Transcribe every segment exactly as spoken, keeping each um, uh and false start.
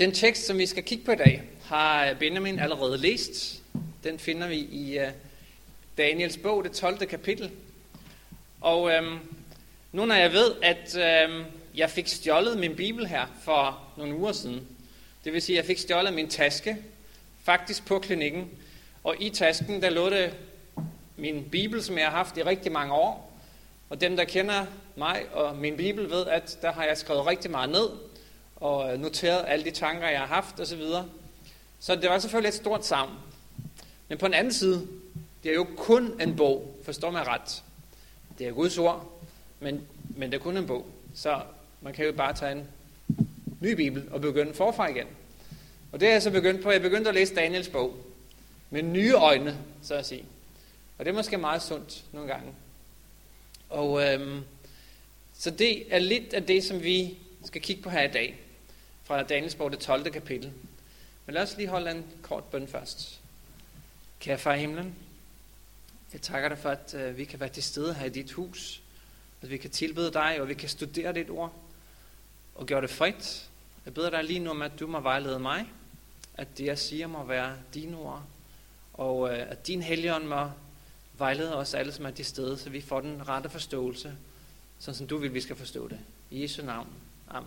Den tekst, som vi skal kigge på i dag, har Benjamin allerede læst. Den finder vi i uh, Daniels bog, det tolvte kapitel. Og øhm, nu når jeg ved, at øhm, jeg fik stjålet min bibel her for nogle uger siden, det vil sige, at jeg fik stjålet min taske, faktisk på klinikken, og i tasken, der lå det min bibel, som jeg har haft i rigtig mange år. Og dem, der kender mig og min bibel, ved, at der har jeg skrevet rigtig meget ned, og noteret alle de tanker, jeg har haft osv. Så det var selvfølgelig et stort savn. Men på den anden side, det er jo kun en bog, forstår mig ret. Det er Guds ord, men, men det er kun en bog. Så man kan jo bare tage en ny bibel og begynde forfra igen. Og det er jeg så begyndt på. Jeg begyndte at læse Daniels bog med nye øjne, så at sige. Og det er måske meget sundt nogle gange. Og øhm, så det er lidt af det, som vi skal kigge på her i dag, fra Daniels bog, det tolvte kapitel. Men lad os lige holde en kort bøn først. Kære far i himlen, jeg takker dig for, at øh, vi kan være til stede her i dit hus, at vi kan tilbede dig, og vi kan studere dit ord, og gøre det frit. Jeg beder dig lige nu om, at du må vejlede mig, at det jeg siger må være dine ord, og øh, at din Helligånd må vejlede os alle, som er til stede, så vi får den rette forståelse, sådan som du vil, vi skal forstå det. I Jesu navn. Amen.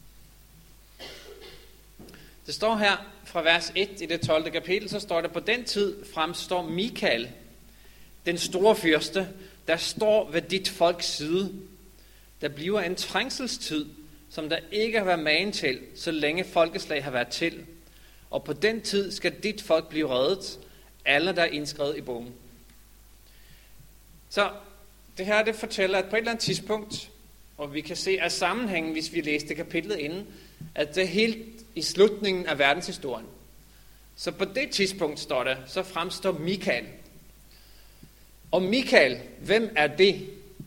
Det står her fra vers et i det tolvte kapitel, så står der, på den tid fremstår Mikael, den store fyrste, der står ved dit folks side. Der bliver en trængselstid, som der ikke har været magen til, så længe folkeslag har været til. Og på den tid skal dit folk blive reddet, alle der er indskrevet i bogen. Så det her, det fortæller, at på et eller andet tidspunkt, og vi kan se af sammenhængen, hvis vi læste kapitlet inden, at det er helt i slutningen af verdenshistorien. Så på det tidspunkt, står der, så fremstår Mikael. Og Mikael, hvem er det?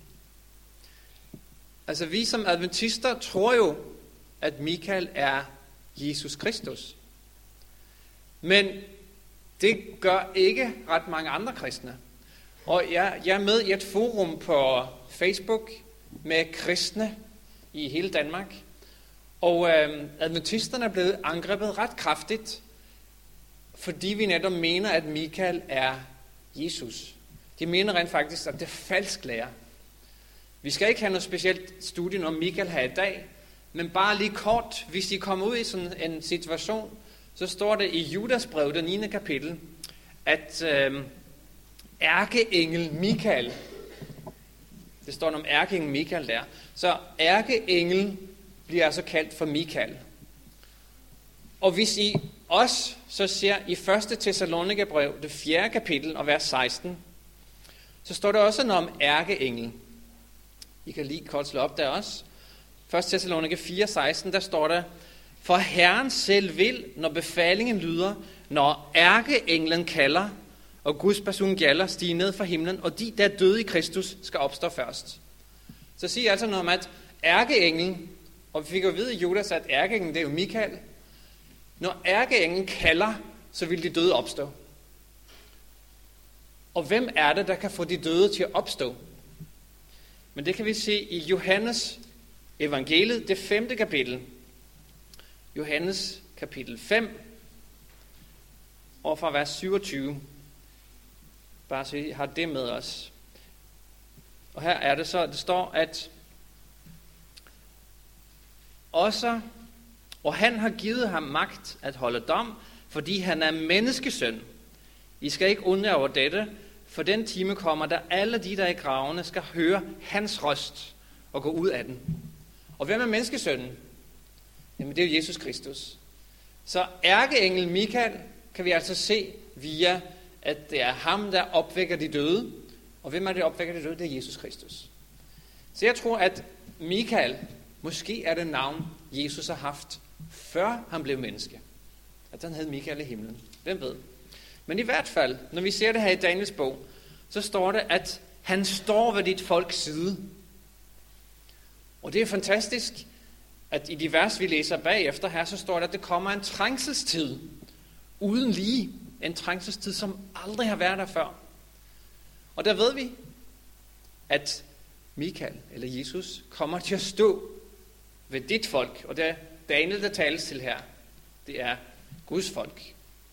Altså vi som adventister tror jo, at Mikael er Jesus Kristus. Men det gør ikke ret mange andre kristne. Og jeg, jeg er med i et forum på Facebook med kristne i hele Danmark. Og øh, adventisterne er blevet angrebet ret kraftigt, fordi vi netop mener, at Mikael er Jesus. De mener rent faktisk, at det er falsk lære. Vi skal ikke have noget specielt studie om Mikael her i dag, men bare lige kort, hvis I kommer ud i sådan en situation, så står det i Judas brev, det niende kapitel, at øh, ærkeengel Mikael, det står om ærkeengel Mikael der, så ærkeengel bliver altså kaldt for Mikael. Og hvis I også så ser i første Thessalonikerbrev, det fjerde kapitel og vers seksten, så står der også noget om ærkeengel. I kan lige kort slå op der også. første Thessalonike fire seksten, der står der, for Herren selv vil, når befalingen lyder, når ærkeenglen kalder, og Guds person gælder, stige ned fra himlen, og de, der døde i Kristus, skal opstå først. Så siger altså noget om, at ærkeenglen, og vi fik jo vide i Judas, at ærkeenglen, det er jo Mikael. Når ærkeenglen kalder, så vil de døde opstå. Og hvem er det, der kan få de døde til at opstå? Men det kan vi se i Johannes evangeliet, det femte kapitel. Johannes kapitel fem, og fra vers syvogtyve. Bare så I har det med os. Og her er det så, det står, at også, og han har givet ham magt at holde dom, fordi han er menneskesøn. I skal ikke undre over dette, for den time kommer, der alle de, der er i gravene, skal høre hans røst og gå ud af den. Og hvem er menneskesønnen? Jamen det er jo Jesus Kristus. Så ærkeengel Mikael kan vi altså se via, at det er ham, der opvækker de døde. Og hvem er det, der opvækker de døde? Det er Jesus Kristus. Så jeg tror, at Mikael, måske er det navn, Jesus har haft, før han blev menneske. At han hed Mikael i himlen. Hvem ved? Men i hvert fald, når vi ser det her i Daniels bog, så står det, at han står ved dit folks side. Og det er fantastisk, at i de vers, vi læser bagefter her, så står der, at det kommer en trængselstid, uden lige. En trængselstid, som aldrig har været der før. Og der ved vi, at Mikael, eller Jesus, kommer til at stå ved dit folk, og det er Daniel, der tales til her. Det er Guds folk.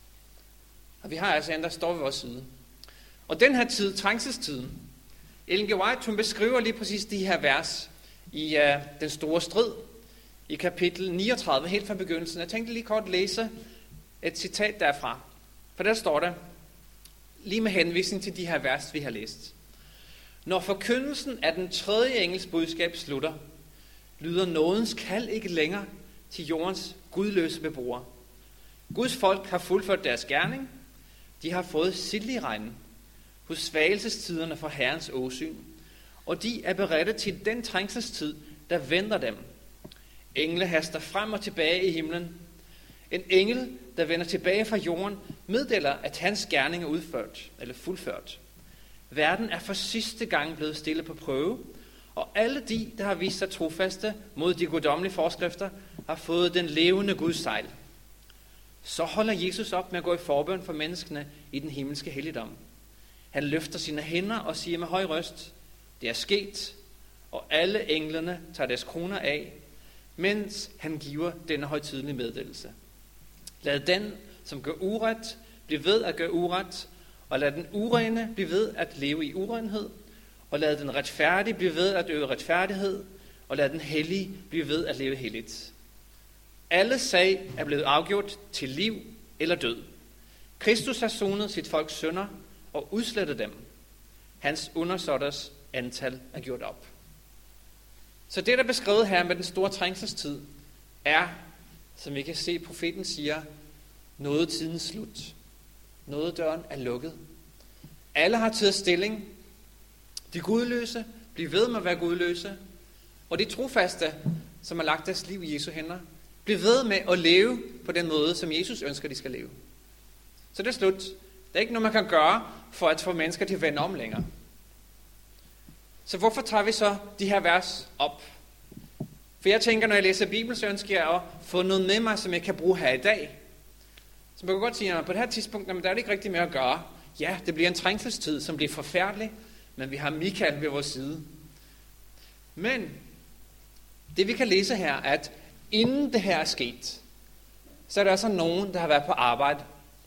Og vi har altså en, der står ved vores side. Og den her tid, trængselstiden, Ellen G. White, hun beskriver lige præcis de her vers i uh, Den store strid, i kapitel niogtredive, helt fra begyndelsen. Jeg tænkte lige kort læse et citat derfra. For der står der, lige med henvisning til de her vers, vi har læst. Når forkyndelsen af den tredje engels budskab slutter, lyder nådens kald ikke længere til jordens gudløse beboere. Guds folk har fuldført deres gerning. De har fået sildig regnen hos svagelsestiderne for Herrens åsyn, og de er beredte til den trængselstid, der venter dem. Engle haster frem og tilbage i himlen. En engel, der vender tilbage fra jorden, meddeler, at hans gerning er udført, eller fuldført. Verden er for sidste gang blevet stille på prøve, og alle de, der har vist sig trofaste mod de guddommelige forskrifter, har fået den levende Guds sejl. Så holder Jesus op med at gå i forbøn for menneskene i den himmelske helligdom. Han løfter sine hænder og siger med høj røst, det er sket, og alle englene tager deres kroner af, mens han giver denne højtidelige meddelelse. Lad den, som gør uret, blive ved at gøre uret, og lad den urene blive ved at leve i urenhed, og lad den retfærdige blive ved at øve retfærdighed, og lad den hellige blive ved at leve helligt. Alle sag er blevet afgjort til liv eller død. Kristus har sonet sit folks synder og udslettet dem. Hans undersåtters antal er gjort op. Så det, der er beskrevet her med den store trængselstid, er, som vi kan se, profeten siger, nådetidens slut. Nådedøren er lukket. Alle har taget stilling. De gudløse bliver ved med at være gudløse, og de trofaste, som har lagt deres liv i Jesu hænder, bliver ved med at leve på den måde, som Jesus ønsker, de skal leve. Så det er slut. Der er ikke noget, man kan gøre for at få mennesker til at vende om længere. Så hvorfor tager vi så de her vers op? For jeg tænker, når jeg læser Bibelen, så ønsker jeg at få noget med mig, som jeg kan bruge her i dag. Så man kan godt sige, at på det her tidspunkt, der er det ikke rigtig mere at gøre. Ja, det bliver en trængselstid, som bliver forfærdelig, men vi har Mikael ved vores side. Men det vi kan læse her, er, at inden det her er sket, så er der også nogen, der har været på arbejde.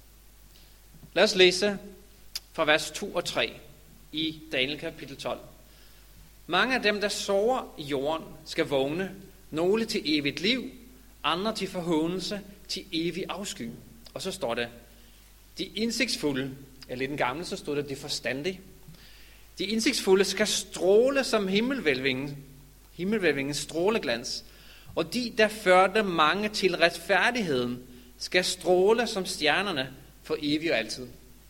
Lad os læse fra vers to og tre i Daniel kapitel tolv. Mange af dem, der sover i jorden, skal vågne, nogle til evigt liv, andre til forhåndelse, til evig afsky. Og så står der, de indsigtsfulde, eller i den gamle, så stod der, de forstandige. De indsigtsfulde skal stråle som himmelvælvingen, himmelvælvingens stråleglans, og de, der førte mange til retfærdigheden, skal stråle som stjernerne for evigt og altid.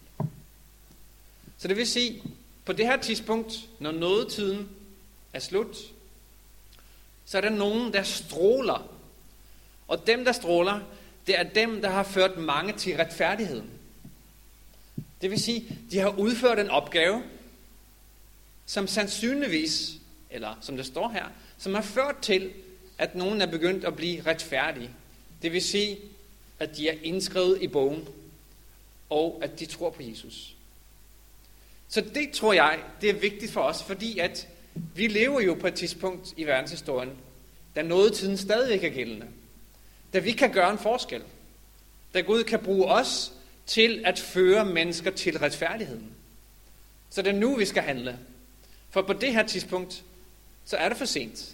Så det vil sige, på det her tidspunkt, når nådetiden er slut, så er der nogen, der stråler. Og dem, der stråler, det er dem, der har ført mange til retfærdigheden. Det vil sige, de har udført en opgave, som sandsynligvis, eller som det står her, som har ført til, at nogen er begyndt at blive retfærdige. Det vil sige, at de er indskrevet i bogen, og at de tror på Jesus. Så det tror jeg, det er vigtigt for os, fordi at vi lever jo på et tidspunkt i verdenshistorien, da nådetiden stadigvæk er gældende. Da vi kan gøre en forskel. Da Gud kan bruge os til at føre mennesker til retfærdigheden. Så det er nu, vi skal handle. For på det her tidspunkt, så er det for sent.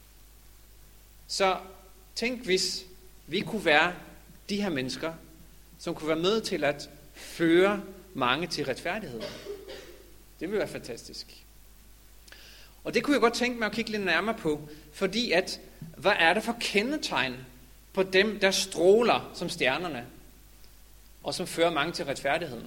Så tænk, hvis vi kunne være de her mennesker, som kunne være med til at føre mange til retfærdighed. Det ville være fantastisk. Og det kunne jeg godt tænke mig at kigge lidt nærmere på, fordi at, hvad er det for kendetegn på dem, der stråler som stjernerne, og som fører mange til retfærdigheden?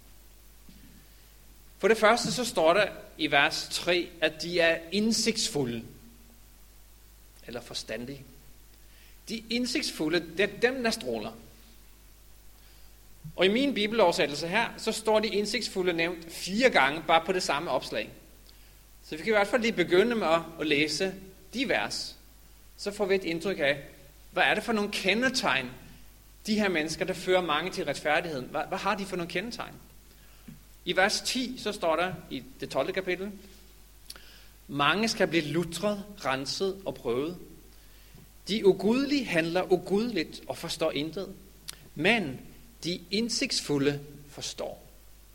For det første så står der i vers tre, at de er indsigtsfulde, eller forstandige. De indsigtsfulde, det er dem, der stråler. Og i min bibeloversættelse her, så står de indsigtsfulde nævnt fire gange, bare på det samme opslag. Så vi kan i hvert fald lige begynde med at læse de vers. Så får vi et indtryk af, hvad er det for nogle kendetegn, de her mennesker, der fører mange til retfærdigheden. Hvad, hvad har de for nogle kendetegn? I vers ti, så står der i det tolvte kapitel, mange skal blive lutret, renset og prøvet. De ugudelige handler ugudeligt og forstår intet. men de indsigtsfulde forstår.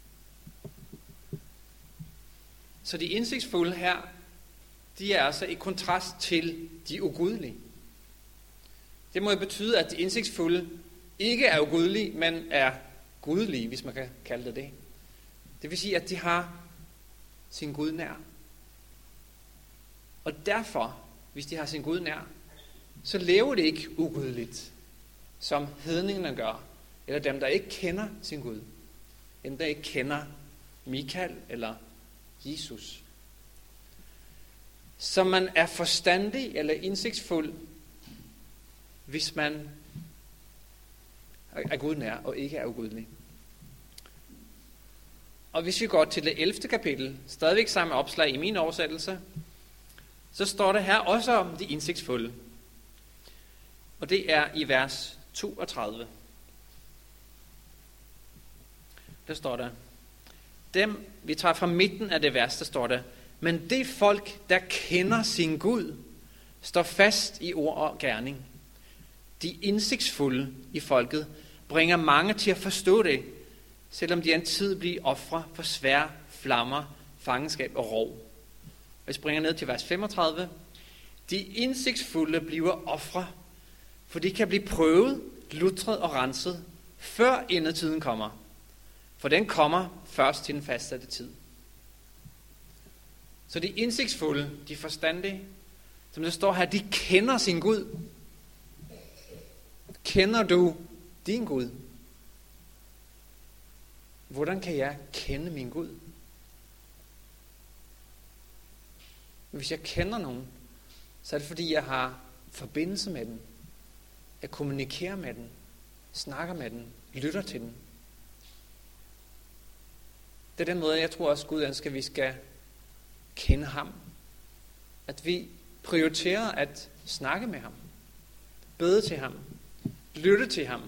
Så de indsigtsfulde her, de er altså i kontrast til de ugudelige. Det må jo betyde, at de indsigtsfulde ikke er ugudelige, men er gudelige, hvis man kan kalde det det. Det vil sige, at de har sin Gud nær. Og derfor, hvis de har sin Gud nær, så lever det ikke ugudeligt, som hedningerne gør, eller dem, der ikke kender sin Gud, dem, der ikke kender Mikael eller Jesus. Så man er forstandig eller indsigtsfuld, hvis man er Gud nær og ikke er ugudelig. Og hvis vi går til det ellevte kapitel, stadigvæk samme opslag i min oversættelse, så står det her også om de indsigtsfulde. Og det er i vers toogtredive. Der står der, dem, vi tager fra midten af det vers, der står der, men det folk, der kender sin Gud, står fast i ord og gerning. De indsigtsfulde i folket bringer mange til at forstå det, selvom de en tid bliver ofre for svær flammer, fangenskab og rov. Jeg springer ned til vers femogtredive. De indsigtsfulde bliver ofre, for de kan blive prøvet, lutret og renset, før endetiden kommer. For den kommer først til den fastsatte tid. Så de indsigtsfulde, de forstandige, som der står her, de kender sin Gud. Kender du din Gud? Hvordan kan jeg kende min Gud? Hvis jeg kender nogen, så er det fordi, jeg har forbindelse med den. Jeg kommunikerer med den, snakker med den, lytter til den. Det er den måde, jeg tror også, Gud ønsker, at vi skal kende ham. At vi prioriterer at snakke med ham, bede til ham, lytte til ham.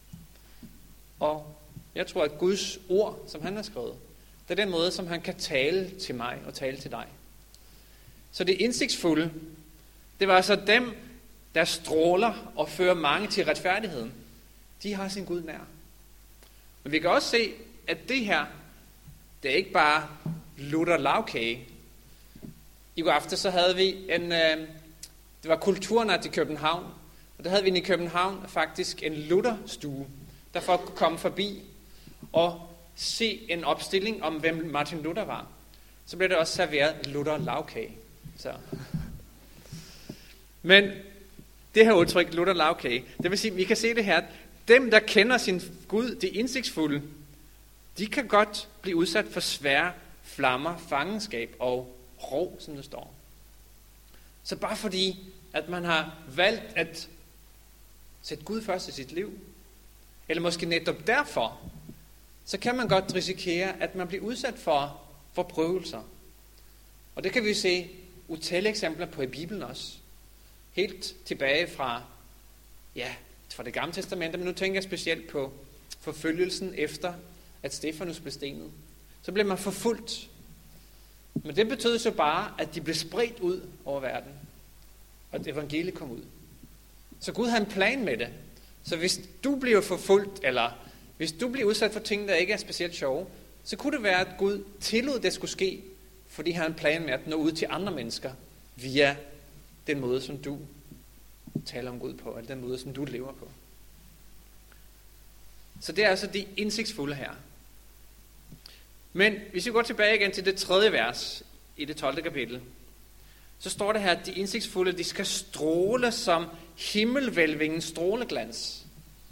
Og jeg tror, at Guds ord, som han har skrevet, det er den måde, som han kan tale til mig og tale til dig. Så det indsigtsfulde, det var altså dem, der stråler og fører mange til retfærdigheden. De har sin Gud nær. Men vi kan også se, at det her, det er ikke bare lutter lavkage. I går aften så havde vi en, øh, det var kulturnat i København, og der havde vi i København faktisk en lutherstue, der folk kunne komme forbi og se en opstilling om, hvem Martin Luther var. Så blev det også serveret lutter lavkage. Så. Men det her udtryk, lutter lavkage, det vil sige, vi kan se det her, dem der kender sin Gud, de indsigtsfulde, de kan godt blive udsat for svære flammer, fangenskab og rov, som det står. Så bare fordi, at man har valgt at sætte Gud først i sit liv, eller måske netop derfor, så kan man godt risikere, at man bliver udsat for, for prøvelser. Og det kan vi se utallige eksempler på i Bibelen også. Helt tilbage fra, ja, fra det gamle testamente, men nu tænker jeg specielt på forfølgelsen efter, at Stefanus blev stenet. Så blev man forfulgt. Men det betød så bare, at de blev spredt ud over verden, og at evangeliet kom ud. Så Gud har en plan med det. Så hvis du bliver forfulgt, eller hvis du bliver udsat for ting, der ikke er specielt sjove, så kunne det være, at Gud tillod, det skulle ske, fordi han har en plan med at nå ud til andre mennesker, via den måde, som du taler om Gud på, eller den måde, som du lever på. Så det er altså de indsigtsfulde her. Men hvis vi går tilbage igen til det tredje vers i det tolvte kapitel, så står det her, at de indsigtsfulde, de skal stråle som himmelvælvingens stråleglans.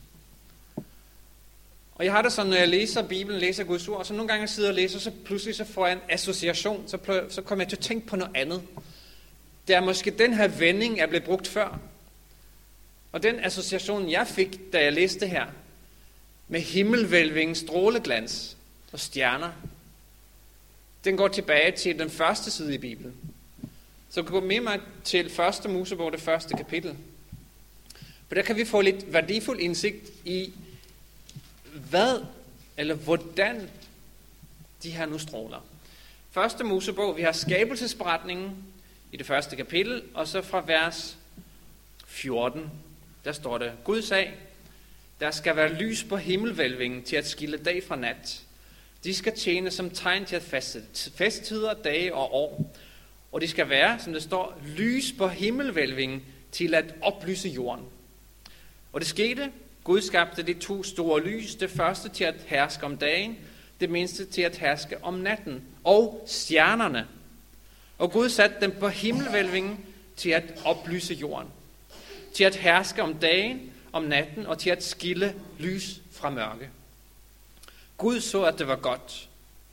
Og jeg har det sådan, når jeg læser Bibelen, læser Guds ord, så nogle gange jeg sidder og læser, så pludselig så får jeg en association, så, plø- så kommer jeg til at tænke på noget andet. Det er måske den her vending, er blevet brugt før. Og den association, jeg fik, da jeg læste det her, med himmelvælvingens stråleglans og stjerner, den går tilbage til den første side i Bibelen. Så gå med mig til første Mosebog, det første kapitel. For der kan vi få lidt værdifuld indsigt i, hvad eller hvordan de her nu stråler. Første Mosebog, vi har skabelsesberetningen i det første kapitel, og så fra vers fjorten, der står det, Gud sagde, Der skal være lys på himmelvælvingen til at skille dag fra nat. De skal tjene som tegn til at fastsætte festtider, dage og år. Og de skal være, som det står, lys på himmelvælvingen til at oplyse jorden. Og det skete. Gud skabte de to store lys. Det første til at herske om dagen. Det mindste til at herske om natten. Og stjernerne. Og Gud satte dem på himmelvælvingen til at oplyse jorden. Til at herske om dagen, om natten og til at skille lys fra mørke. Gud så, at det var godt.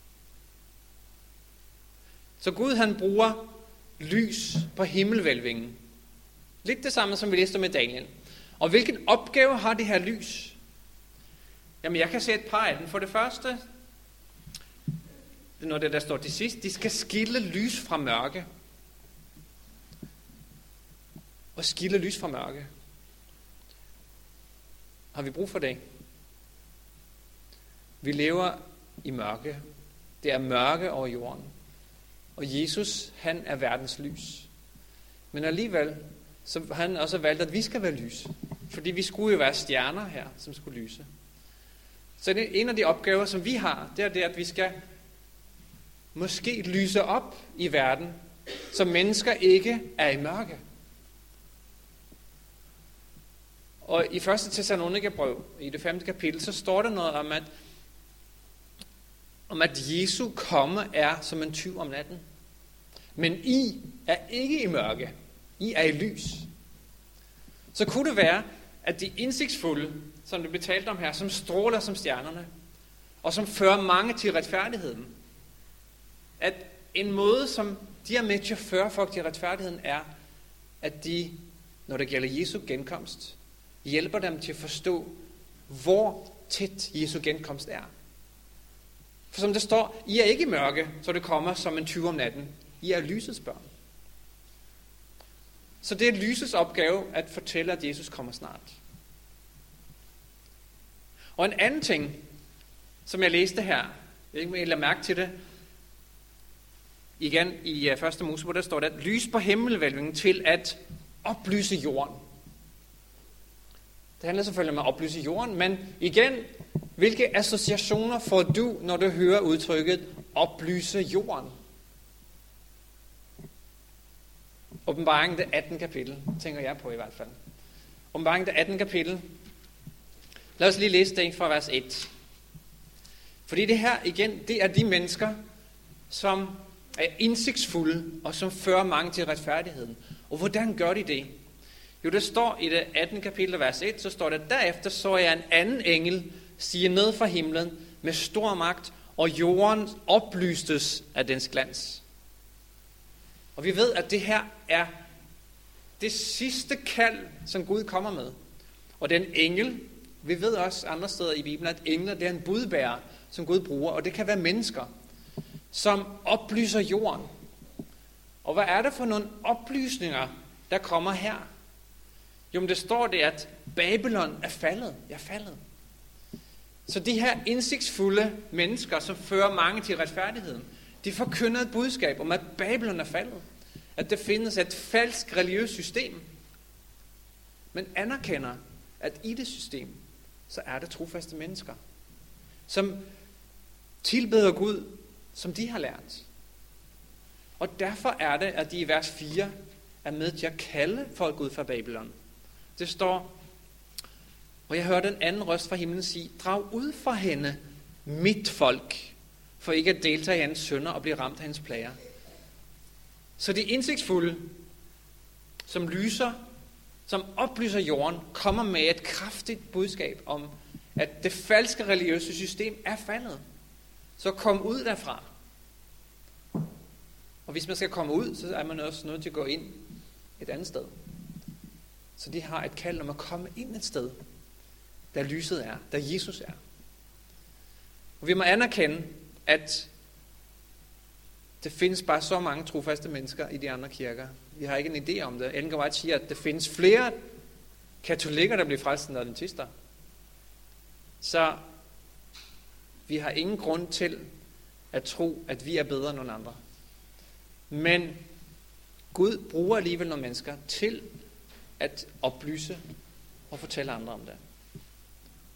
Så Gud han bruger lys på himmelvælvingen. Lidt det samme, som vi læste med Daniel. Og hvilken opgave har det her lys? Jamen, jeg kan se et par af dem. For det første, det er noget det, der står til sidst, de skal skille lys fra mørke. Og skille lys fra mørke. Har vi brug for det? Vi lever i mørke. Det er mørke over jorden. Og Jesus, han er verdens lys. Men alligevel, så har han også valgt, at vi skal være lys. Fordi vi skulle jo være stjerner her, som skulle lyse. Så det er en af de opgaver, som vi har, det er det, at vi skal måske lyse op i verden, så mennesker ikke er i mørke. Og i første Thessalonikerbrev, i det femte kapitel, så står der noget om, at, om at Jesu komme er som en tyv om natten. Men I er ikke i mørke. I er i lys. Så kunne det være, at de indsigtsfulde, som det blev talt om her, som stråler som stjernerne, og som fører mange til retfærdigheden, at en måde, som de er med til at føre folk til retfærdigheden, er, at de, når det gælder Jesu genkomst, hjælper dem til at forstå, hvor tæt Jesu genkomst er. For som det står, I er ikke i mørke, så det kommer som en tyv om natten. I er lysets børn. Så det er lysets opgave at fortælle, at Jesus kommer snart. Og en anden ting, som jeg læste her, jeg ved ikke, om I lader mærke til det, igen i første Mosebog, der står der, at lys på himmelvælvingen til at oplyse jorden. Det handler selvfølgelig om at oplyse jorden, men igen, hvilke associationer får du, når du hører udtrykket oplyse jorden? Åbenbaringen det attende kapitel, tænker jeg på i hvert fald. Åbenbaringen det attende kapitel. Lad os lige læse det fra vers et. Fordi det her igen, det er de mennesker, som er indsigtsfulde og som fører mange til retfærdigheden. Og hvordan gør de det? Jo, det står i det attende kapitel, vers et, så står det, derefter så jeg en anden engel stige ned fra himlen med stor magt, og jorden oplystes af dens glans. Og vi ved, at det her er det sidste kald, som Gud kommer med. Og den engel, vi ved også andre steder i Bibelen, at engler det er en budbærer, som Gud bruger, og det kan være mennesker, som oplyser jorden. Og hvad er det for nogle oplysninger, der kommer her? Jo, men det står det, at Babylon er faldet. Jeg er faldet. Så de her indsigtsfulde mennesker, som fører mange til retfærdigheden, de forkynder et budskab om, at Babylon er faldet. At der findes et falsk religiøst system. Men anerkender, at i det system, så er det trofaste mennesker, som tilbeder Gud, som de har lært. Og derfor er det, at de i vers fire er med til at kalde folk ud fra Babylon. Det står, og jeg hørte en anden røst fra himlen sige, drag ud fra hende, mit folk, for ikke at deltage i hans synder og blive ramt af hans plager. Så de indsigtsfulde, som lyser, som oplyser jorden, kommer med et kraftigt budskab om, at det falske religiøse system er faldet. Så kom ud derfra. Og hvis man skal komme ud, så er man også nødt til at gå ind et andet sted. Så de har et kald om at komme ind et sted, der lyset er, der Jesus er. Og vi må anerkende, at det findes bare så mange trofaste mennesker i de andre kirker. Vi har ikke en idé om det. Ellen White siger, at det findes flere katolikker, der bliver frelst end adventister. Så vi har ingen grund til at tro, at vi er bedre end nogen andre. Men Gud bruger alligevel nogle mennesker til at oplyse og fortælle andre om det.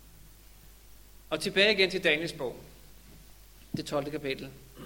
Og tilbage igen til Daniels bog. Det tolvte kapitel.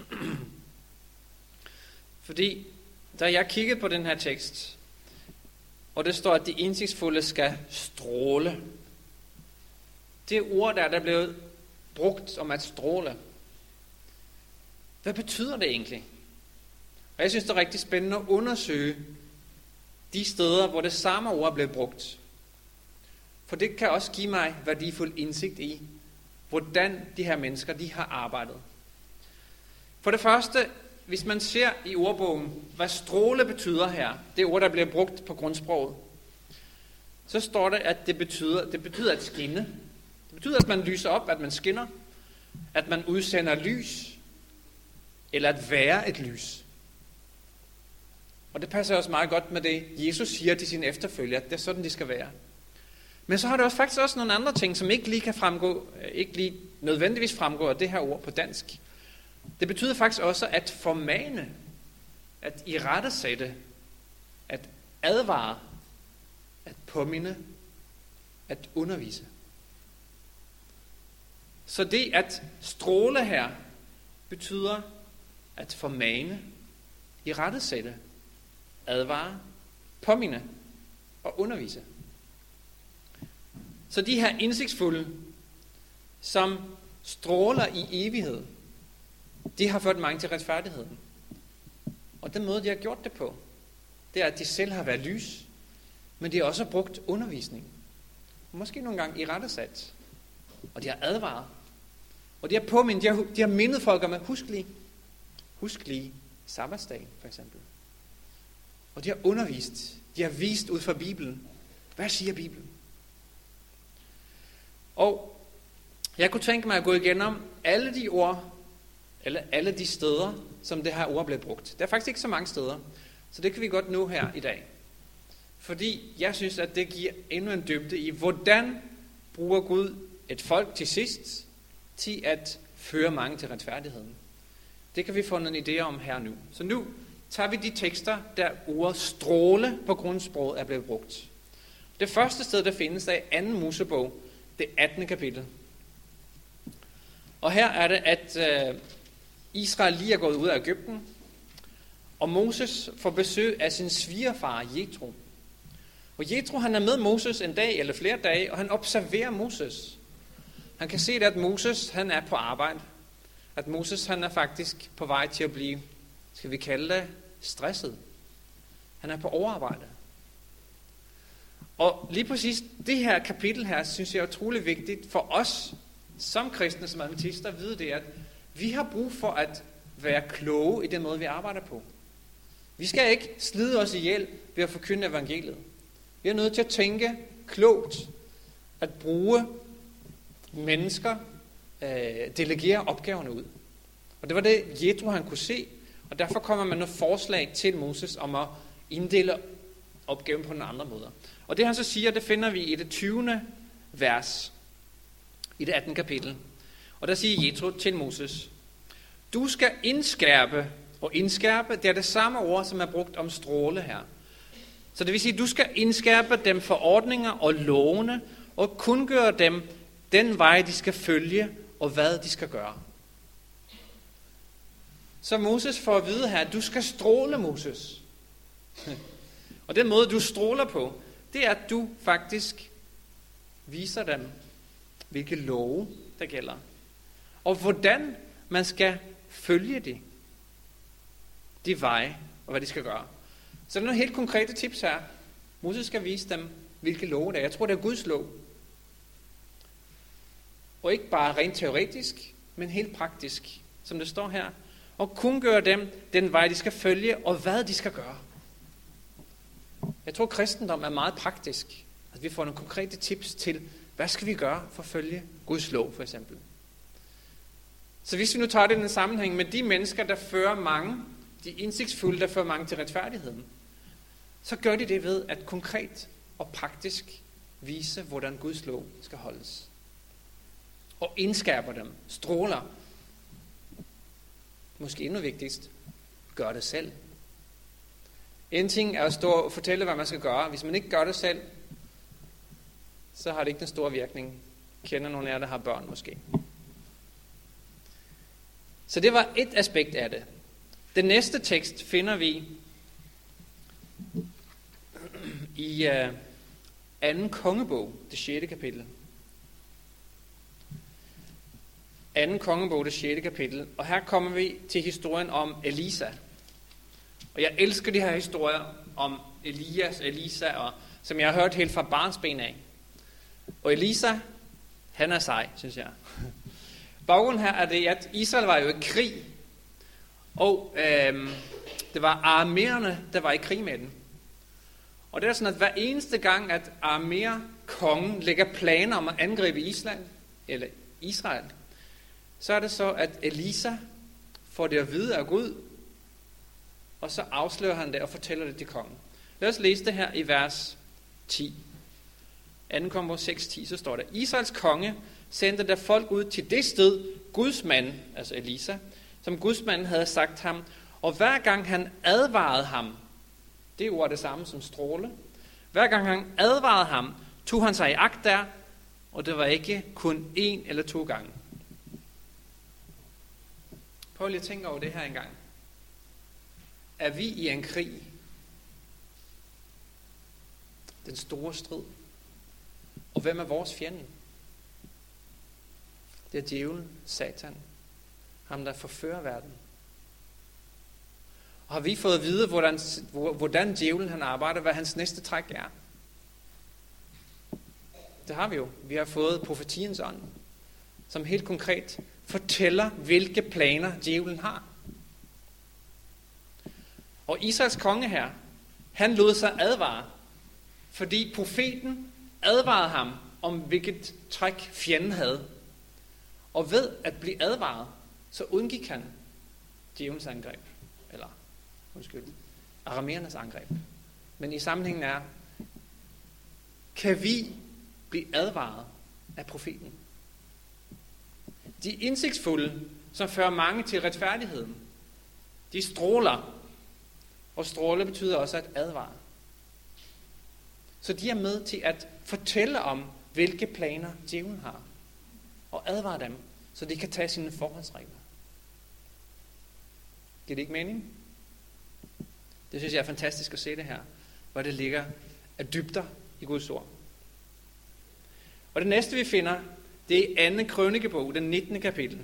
Fordi da jeg kiggede på den her tekst, og det står, at de indsigtsfulde skal stråle. Det ord der, der blev brugt om at stråle. Hvad betyder det egentlig? Og jeg synes, det er rigtig spændende at undersøge de steder, hvor det samme ord blev brugt. For det kan også give mig værdifuld indsigt i, hvordan de her mennesker, de har arbejdet. For det første, hvis man ser i ordbogen, hvad stråle betyder her, det ord, der bliver brugt på grundsproget, så står det, at det betyder, det betyder at skinne. Det betyder, at man lyser op, at man skinner, at man udsender lys, eller at være et lys. Og det passer også meget godt med det, Jesus siger til sine efterfølgere, at det er sådan, de skal være. Men så har det også faktisk også nogle andre ting, som ikke lige kan fremgå, ikke lige nødvendigvis fremgå af det her ord på dansk. Det betyder faktisk også at formane, at irettesætte, at advare, at påminde, at undervise. Så det at stråle her betyder at formane, irettesætte, advare, påminde og undervise. Så de her indsigtsfulde, som stråler i evighed, de har ført mange til retfærdigheden. Og den måde, de har gjort det på, det er, at de selv har været lys, men de har også brugt undervisning. Måske nogle gange irettesat. Og de har advaret. Og de har påmindet, de har, de har mindet folk om at husk lige, husk lige sabbatsdagen for eksempel. Og de har undervist, de har vist ud fra Bibelen. Hvad siger Bibelen? Og jeg kunne tænke mig at gå igennem alle de ord, eller alle de steder, som det her ord blev brugt. Der er faktisk ikke så mange steder, så det kan vi godt nå her i dag. Fordi jeg synes, at det giver endnu en dybde i, hvordan bruger Gud et folk til sidst, til at føre mange til retfærdigheden. Det kan vi få en idé om her nu. Så nu tager vi de tekster, der ordet stråle på grundsproget er blevet brugt. Det første sted, der findes, er i anden Mosebog, det attende kapitel. Og her er det, at øh, Israel lige er gået ud af Egypten, og Moses får besøg af sin svigerfar Jethro. Og Jethro, han er med Moses en dag eller flere dage, og han observerer Moses. Han kan se, at Moses, han er på arbejde. At Moses, han er faktisk på vej til at blive, skal vi kalde det, stresset. Han er på overarbejde. Og lige præcis det her kapitel her, synes jeg er utrolig vigtigt for os, som kristne, som adventister, at vide det, at vi har brug for at være kloge i den måde, vi arbejder på. Vi skal ikke slide os ihjel ved at forkynde evangeliet. Vi er nødt til at tænke klogt, at bruge mennesker, øh, delegere opgaverne ud. Og det var det, Jethro han kunne se, og derfor kommer man noget forslag til Moses om at inddele opgaven på nogle andre måder. Og det han så siger, det finder vi i det tyvende vers, i det attende kapitel. Og der siger Jethro til Moses, du skal indskærpe, og indskærpe, det er det samme ord, som er brugt om stråle her. Så det vil sige, du skal indskærpe dem forordninger og lovene, og kundgøre dem den vej, de skal følge, og hvad de skal gøre. Så Moses får at vide her, at du skal stråle, Moses. Og den måde, du stråler på, det er, at du faktisk viser dem, hvilke love der gælder. Og hvordan man skal følge det. De veje, og hvad de skal gøre. Så der er nogle helt konkrete tips her. Moses skal vise dem, hvilke love der er. Jeg tror, det er Guds lov. Og ikke bare rent teoretisk, men helt praktisk, som det står her. Og kun gøre dem den vej, de skal følge, og hvad de skal gøre. Jeg tror, kristendom er meget praktisk. At vi får nogle konkrete tips til, hvad skal vi gøre for at følge Guds lov, for eksempel. Så hvis vi nu tager det i en sammenhæng med de mennesker, der fører mange, de indsigtsfulde, der fører mange til retfærdigheden, så gør de det ved at konkret og praktisk vise, hvordan Guds lov skal holdes. Og indskærper dem, stråler. Måske endnu vigtigst, gør det selv. En ting er at stå og fortælle, hvad man skal gøre. Hvis man ikke gør det selv, så har det ikke den store virkning. Kender nogle af jer, der har børn måske. Så det var et aspekt af det. Den næste tekst finder vi i uh, anden kongebog, det sjette kapitel. anden kongebog, det sjette kapitel. Og her kommer vi til historien om Elisa. Og jeg elsker de her historier om Elias, Elisa, og, som jeg har hørt helt fra barnsben af. Og Elisa, han er sej, synes jeg. Baggrunden her er det, at Israel var jo i krig. Og øhm, det var arameerne, der var i krig med den. Og det er sådan, at hver eneste gang, at arameer-kongen lægger planer om at angribe Israel, eller Israel, så er det så, at Elisa får det at vide af Gud, og så afslører han det og fortæller det til kongen. Lad os læse det her i vers ti. anden kongebog seks ti, så står der: Israels konge sendte der folk ud til det sted, Guds mand, altså Elisa, som Guds mand havde sagt ham, og hver gang han advarede ham, det ord er det samme som stråle, hver gang han advarede ham, tog han sig i agt der, og det var ikke kun en eller to gange. Prøv lige at tænke over det her engang. Er vi i en krig? Den store strid. Og hvem er vores fjende? Det er djævlen, Satan. Ham, der forfører verden. Og har vi fået at vide, hvordan, hvordan djævlen han arbejder, hvad hans næste træk er? Det har vi jo. Vi har fået profetiens ånd, som helt konkret fortæller, hvilke planer djævlen har. Og Israels konge her, han lod sig advare, fordi profeten advarede ham om, hvilket træk fjenden havde. Og ved at blive advaret, så undgik han djævelens angreb. Eller, undskyld, arameernes angreb. Men i sammenhængen er, kan vi blive advaret af profeten? De indsigtsfulde, som fører mange til retfærdigheden, de stråler. Og stråle betyder også at advare. Så de er med til at fortælle om, hvilke planer djævlen har. Og advare dem, så de kan tage sine forholdsregler. Giver det ikke mening? Det synes jeg er fantastisk at se det her, hvor det ligger af dybder i Guds ord. Og det næste vi finder, det er anden krønikebog, den nittende kapitel.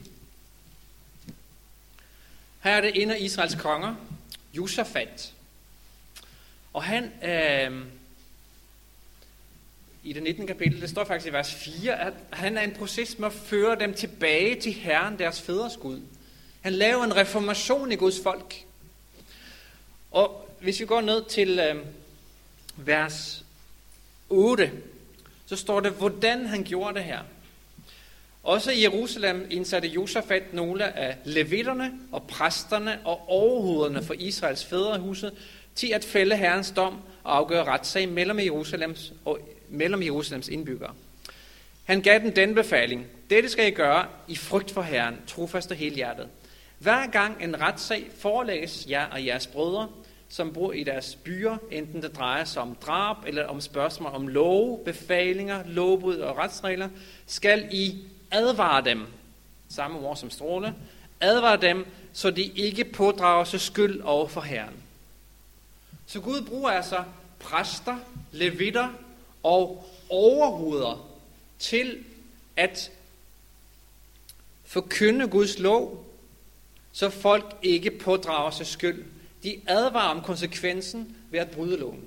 Her er det en af Israels konger, Josafat. Og han, øh, i det nittende kapitel, det står faktisk i vers fire, at han er en proces med at føre dem tilbage til Herren, deres fædres Gud. Han laver en reformation i Guds folk. Og hvis vi går ned til øh, vers otte, så står det, hvordan han gjorde det her. Også i Jerusalem indsatte Josafat nogle af levitterne og præsterne og overhovederne for Israels fædrehuse til at fælde Herrens dom og afgøre retssag mellem Jerusalems og mellem Jerusalems indbyggere. Han gav dem den befaling: dette skal I gøre i frygt for Herren, trofast og helhjertet. Hver gang en retssag forelægges jer og jeres brødre, som bor i deres byer, enten det drejer sig om drab eller om spørgsmål om love, befalinger, lovbrud og retsregler, skal I advare dem, samme ord som stråle, advare dem, så de ikke pådrager sig skyld over for Herren. Så Gud bruger altså præster, levitter og overhoveder til at forkynde Guds lov, så folk ikke pådrager sig skyld. De advarer om konsekvensen ved at bryde loven.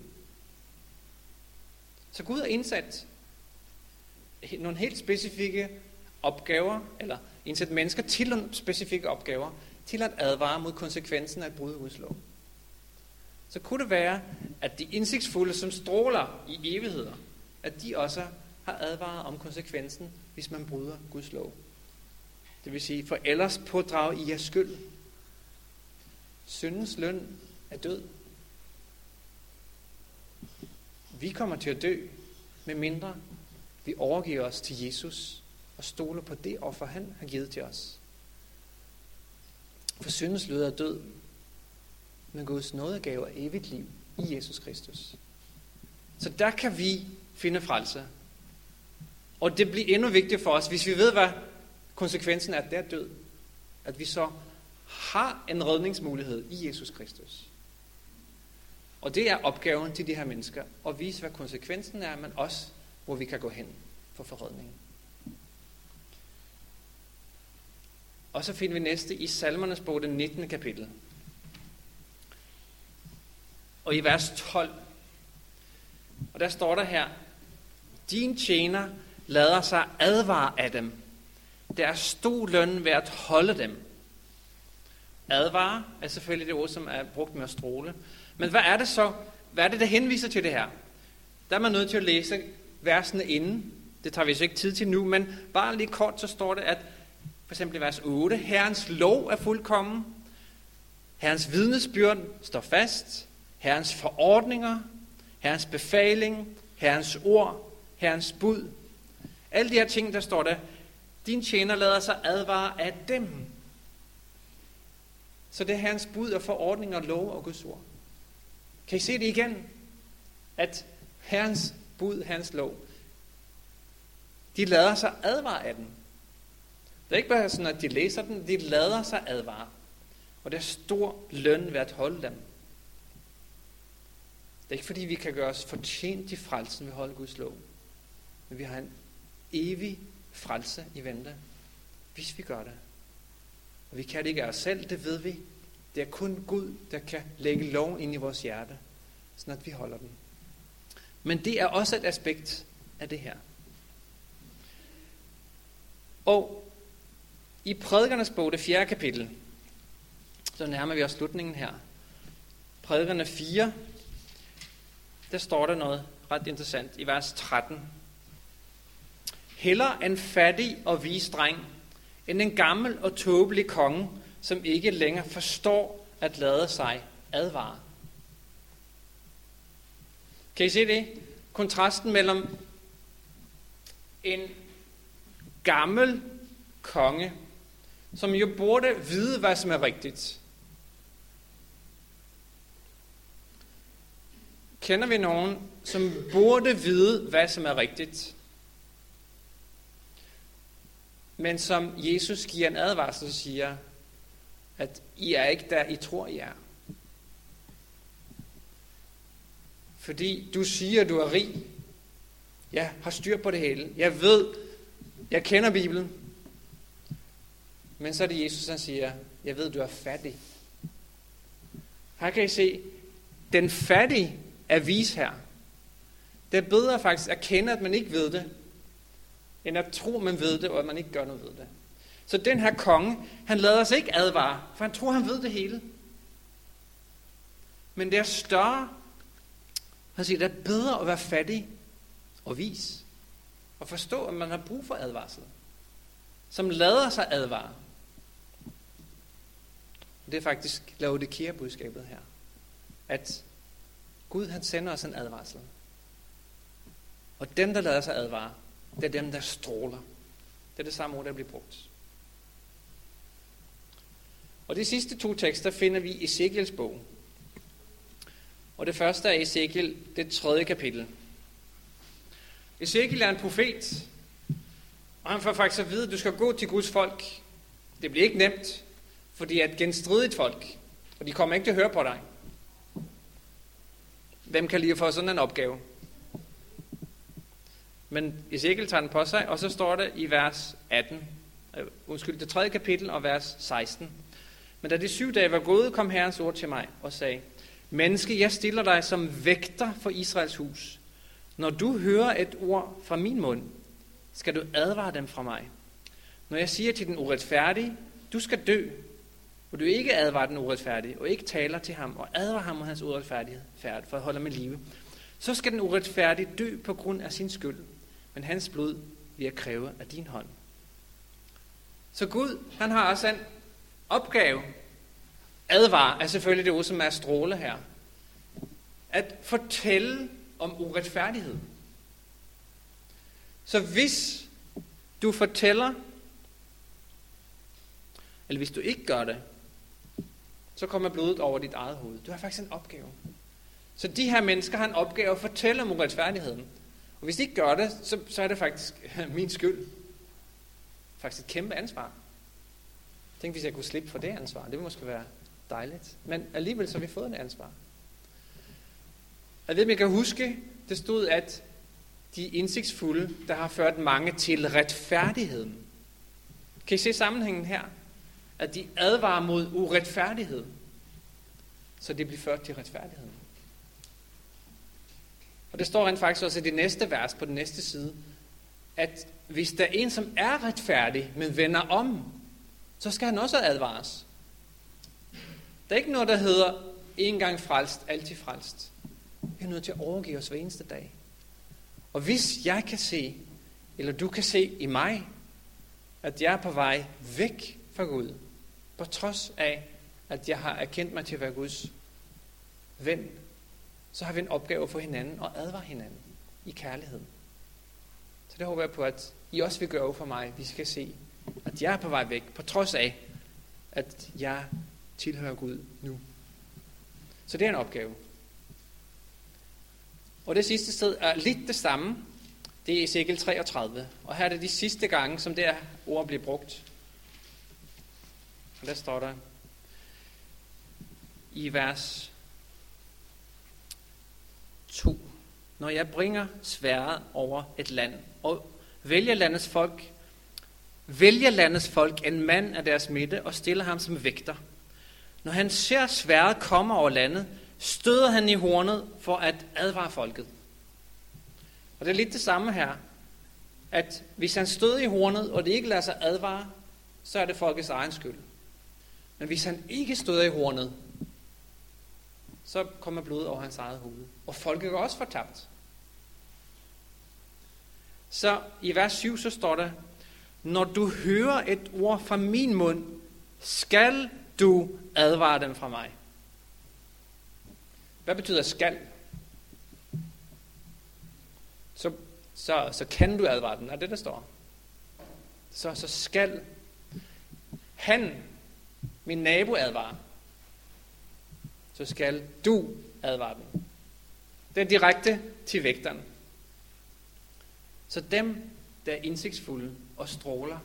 Så Gud har indsat nogle helt specifikke opgaver, eller indsat mennesker til nogle specifikke opgaver, til at advare mod konsekvensen af at bryde Guds lov. Så kunne det være, at de indsigtsfulde, som stråler i evigheder, at de også har advaret om konsekvensen, hvis man bryder Guds lov. Det vil sige, for ellers pådrage I jeres skyld. Syndens løn er død. Vi kommer til at dø, med mindre vi overgiver os til Jesus og stoler på det offer, han har givet til os. For syndens løn er død, men Guds nådegave er evigt liv i Jesus Kristus. Så der kan vi finde frelse. Og det bliver endnu vigtigere for os, hvis vi ved, hvad konsekvensen er, at det er død. At vi så har en redningsmulighed i Jesus Kristus. Og det er opgaven til de her mennesker, at vise, hvad konsekvensen er, men også, hvor vi kan gå hen for forredning. Og så finder vi næste i Salmernes bog, det nittende kapitel. Og i vers tolv. Og der står der her: din tjener lader sig advare af dem. Der er stor løn ved at holde dem. Advare er selvfølgelig det ord, som er brugt med at stråle. Men hvad er det så? Hvad er det, der henviser til det her? Der er man nødt til at læse versene inden. Det tager vi så ikke tid til nu, men bare lige kort, så står det, at for eksempel i vers otte, Herrens lov er fuldkommen. Herrens vidnesbyrd står fast. Herrens forordninger. Herrens befaling. Herrens ord. Herrens bud. Alle de her ting, der står der, din tjener lader sig advare af dem. Så det er Herrens bud og forordninger, lov og Guds ord. Kan I se det igen? At Herrens bud, Herrens lov, de lader sig advare af den. Det er ikke bare sådan, at de læser den, de lader sig advare. Og der er stor løn ved at holde dem. Det er ikke fordi, vi kan gøre os fortjent til frelsen ved at holde Guds lov. Men vi har en evig frelse i vente, hvis vi gør det. Og vi kan det ikke af os selv, det ved vi. Det er kun Gud, der kan lægge lov ind i vores hjerte, sådan at vi holder den. Men det er også et aspekt af det her. Og i Prædikernes bog, det fjerde kapitel, så nærmer vi os slutningen her. Prædikerne fire, der står der noget ret interessant i vers tretten. Heller en fattig og vis dreng, end en gammel og tåbelig konge, som ikke længere forstår at lade sig advare. Kan I se det? Kontrasten mellem en gammel konge, som jo burde vide, hvad som er rigtigt. Kender vi nogen, som burde vide, hvad som er rigtigt, men som Jesus giver en advarsel og siger, at I er ikke der, I tror, I er. Fordi du siger, at du er rig. Jeg har styr på det hele. Jeg ved, jeg kender Bibelen. Men så er det Jesus, der siger, jeg ved, du er fattig. Her kan I se, den fattige er vis her. Det er bedre faktisk at kende, at man ikke ved det, end at tro, man ved det, og at man ikke gør noget ved det. Så den her konge, han lader sig ikke advare, for han tror, han ved det hele. Men det er større, han siger, det er bedre at være fattig og vis, og forstå, at man har brug for advarsel, som lader sig advare. Det er faktisk Laodikea-budskabet her, at Gud, han sender os en advarsel. Og dem, der lader sig advare, det er dem, der stråler. Det er det samme ord, der bliver brugt. Og de sidste to tekster finder vi i Ezekiels bog. Og det første er Ezekiel, det tredje kapitel. Ezekiel er en profet, og han får faktisk at vide, at du skal gå til Guds folk. Det bliver ikke nemt, for de er et genstridigt folk, og de kommer ikke til at høre på dig. Hvem kan lige få sådan en opgave? Men Ezekiel tager den på sig, og så står det i vers atten, øh, undskyld, det tredje kapitel og vers seksten. Men da de syv dage var gået, kom Herrens ord til mig og sagde, menneske, jeg stiller dig som vægter for Israels hus. Når du hører et ord fra min mund, skal du advare dem fra mig. Når jeg siger til den uretfærdige, du skal dø, og du ikke advarer den uretfærdige, og ikke taler til ham, og advarer ham og hans uretfærdighed for at holde med live, så skal den uretfærdige dø på grund af sin skyld, men hans blod vil jeg kræve af din hånd. Så Gud, han har også en opgave. Advare er selvfølgelig det ord, som er stråle her. At fortælle om uretfærdighed. Så hvis du fortæller, eller hvis du ikke gør det, så kommer blodet over dit eget hoved. Du har faktisk en opgave. Så de her mennesker har en opgave at fortælle om uretfærdigheden. Og hvis de ikke gør det, så, så er det faktisk min skyld. Faktisk et kæmpe ansvar. Tænk, hvis jeg kunne slippe for det ansvar. Det ville måske være dejligt. Men alligevel så har vi fået et ansvar. Jeg ved, om jeg kan huske, det stod, at de indsigtsfulde, der har ført mange til retfærdigheden. Kan I se sammenhængen her? At de advarer mod uretfærdighed, så det bliver ført til retfærdigheden. Og det står rent faktisk også i det næste vers på den næste side, at hvis der er en, som er retfærdig, men vender om, så skal han også advares. Der er ikke noget, der hedder en gang frelst, altid frelst. Vi er nødt til at overgive os hver eneste dag. Og hvis jeg kan se, eller du kan se i mig, at jeg er på vej væk fra Gud, på trods af, at jeg har erkendt mig til at være Guds ven, så har vi en opgave for hinanden og advare hinanden i kærlighed. Så det håber jeg på, at I også vil gøre for mig. Vi skal se, at jeg er på vej væk, på trods af, at jeg tilhører Gud nu. Så det er en opgave. Og det sidste sted er lidt det samme. Det er Ezekiel treogtredive. Og her er det de sidste gange, som det her ord bliver brugt. Og der står der i vers to. Når jeg bringer sværdet over et land, og vælger landets folk, vælger landets folk en mand af deres midte, og stiller ham som vægter. Når han ser sværdet komme over landet, støder han i hornet for at advare folket. Og det er lidt det samme her, at hvis han støder i hornet, og det ikke lader sig advare, så er det folkets egen skyld. Men hvis han ikke støder i hornet, så kommer blodet over hans eget hoved. Og folket går også fortabt. Så i vers syv så står der, når du hører et ord fra min mund, skal du advare dem fra mig. Hvad betyder skal? Så, så, så kan du advare dem, er det der står. Så, så skal han, min nabo, advare. Så skal du advare dem. Det er direkte til vægteren. Så dem, der er indsigtsfulde og stråler,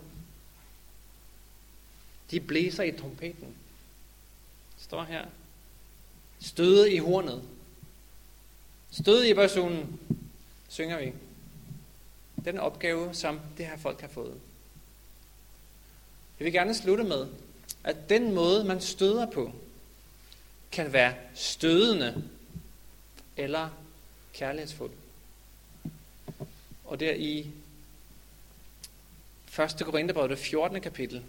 de blæser i trompeten. Det står her. Støde i hornet. Støde i basunen, synger vi. Den opgave, som det her folk har fået. Jeg vil gerne slutte med, at den måde, man støder på, kan være stødende eller kærlighedsfuld. Og der i første Korintherbrev, det fjortende kapitel,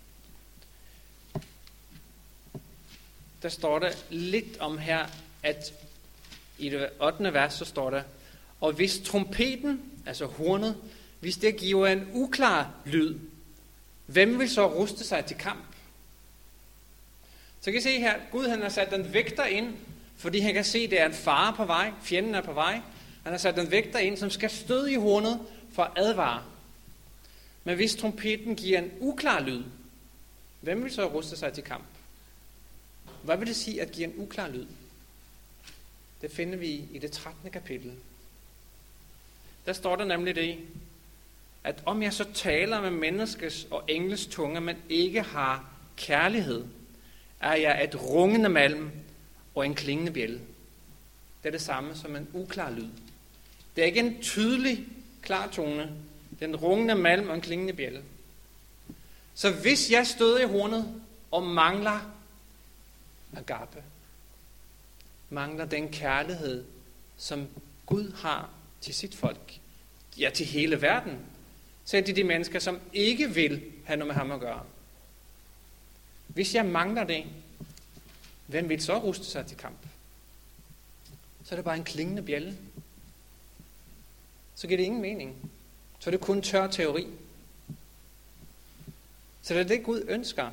der står der lidt om her, at i det ottende vers, så står der, og hvis trompeten, altså hornet, hvis det giver en uklar lyd, hvem vil så ruste sig til kamp? Så kan I se her, Gud han har sat den vægter ind, fordi han kan se, at det er en fare på vej, fjenden er på vej. Han har sat den vægter ind, som skal støde i hornet for at advare. Men hvis trompeten giver en uklar lyd, hvem vil så ruste sig til kamp? Hvad vil det sige at give en uklar lyd? Det finder vi i det trettende kapitel. Der står der nemlig det, at om jeg så taler med menneskes og engles tunge, men ikke har kærlighed, er jeg et rungende malm og en klingende bjælde. Det er det samme som en uklar lyd. Det er ikke en tydelig, klar tone. Det er en rungende malm og en klingende bjælde. Så hvis jeg støder i hornet og mangler agape, mangler den kærlighed, som Gud har til sit folk, ja til hele verden, så er det de mennesker, som ikke vil have noget med ham at gøre. Hvis jeg mangler det, hvem vil så ruste sig til kamp? Så er det bare en klingende bjælde. Så giver det ingen mening. Så er det kun tør teori. Så det er det, Gud ønsker,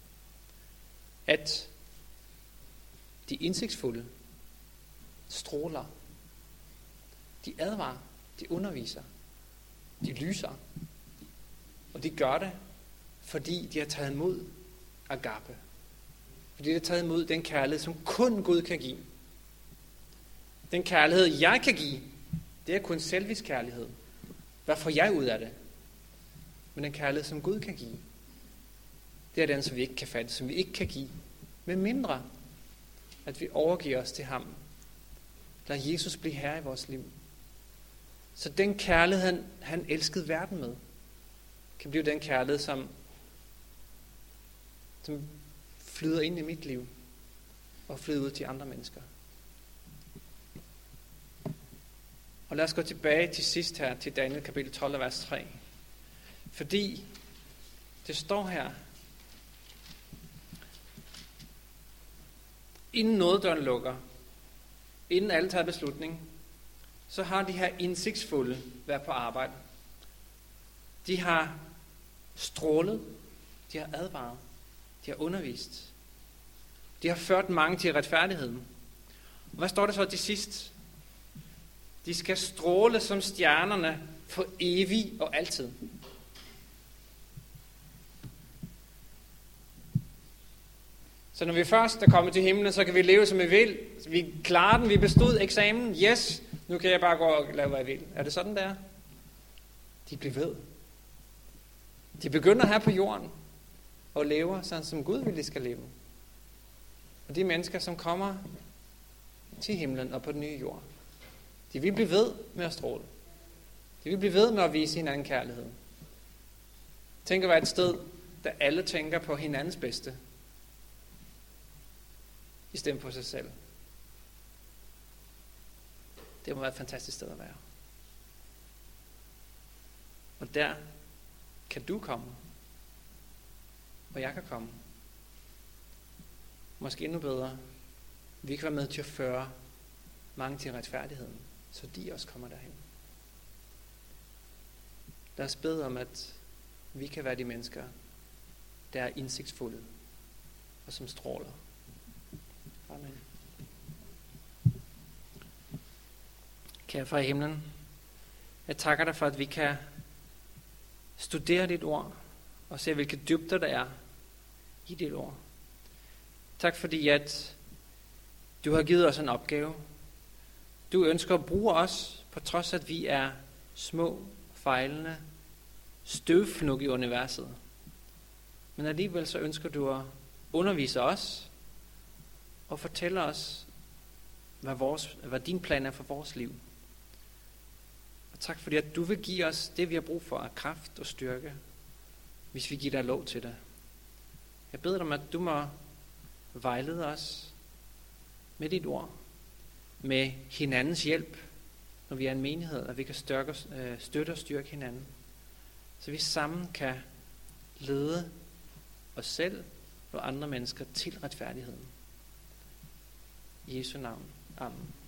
at de indsigtsfulde stråler. De advarer, de underviser, de lyser. Og de gør det, fordi de har taget imod agape. Fordi de har taget imod den kærlighed, som kun Gud kan give. Den kærlighed, jeg kan give, det er kun selvisk kærlighed. Hvad får jeg ud af det? Men den kærlighed, som Gud kan give, det er den, som vi ikke kan fatte, som vi ikke kan give, med mindre, at vi overgiver os til ham. Lad Jesus blive herre i vores liv. Så den kærlighed, han, han elskede verden med, kan blive den kærlighed, som, som flyder ind i mit liv, og flyder ud til andre mennesker. Og lad os gå tilbage til sidst her, til Daniel kapitel tolv, vers tre. Fordi det står her, inden nådedøren lukker, inden alle tager beslutning, så har de her indsigtsfulde været på arbejde. De har strålet, de har advaret, de har undervist. De har ført mange til retfærdigheden. Og hvad står der så til sidst? De skal stråle som stjernerne for evig og altid. Så når vi først er kommet til himlen, så kan vi leve som vi vil. Vi klarer den, vi bestod eksamen. Yes, nu kan jeg bare gå og lave, hvad jeg vil. Er det sådan, der? De bliver ved. De begynder her på jorden og lever sådan, som Gud vil, de skal leve. Og de mennesker, som kommer til himlen og på den nye jord, de vil blive ved med at stråle. De vil blive ved med at vise hinanden kærlighed. Tænk at være et sted, der alle tænker på hinandens bedste, i stedet på sig selv. Det må være et fantastisk sted at være. Og der kan du komme. Og jeg kan komme. Måske endnu bedre. Vi kan være med til at føre mange til retfærdigheden, så de også kommer derhen. Lad os bede om, at vi kan være de mennesker, der er indsigtsfulde og som stråler. Amen. Kære far i himlen, jeg takker dig for, at vi kan studere dit ord og se, hvilke dybder der er i dit ord. Tak fordi, at du har givet os en opgave. Du ønsker at bruge os, på trods af, at vi er små, fejlende, støvfnug i universet. Men alligevel så ønsker du at undervise os og fortælle os, hvad, vores, hvad din plan er for vores liv. Og tak fordi, at du vil give os det, vi har brug for af kraft og styrke, hvis vi giver dig lov til det. Jeg beder dig om, at du må vejlede os med dit ord, med hinandens hjælp, når vi er en menighed, at vi kan styrke, støtte og styrke hinanden, så vi sammen kan lede os selv og andre mennesker til retfærdigheden. I Jesu navn. Amen.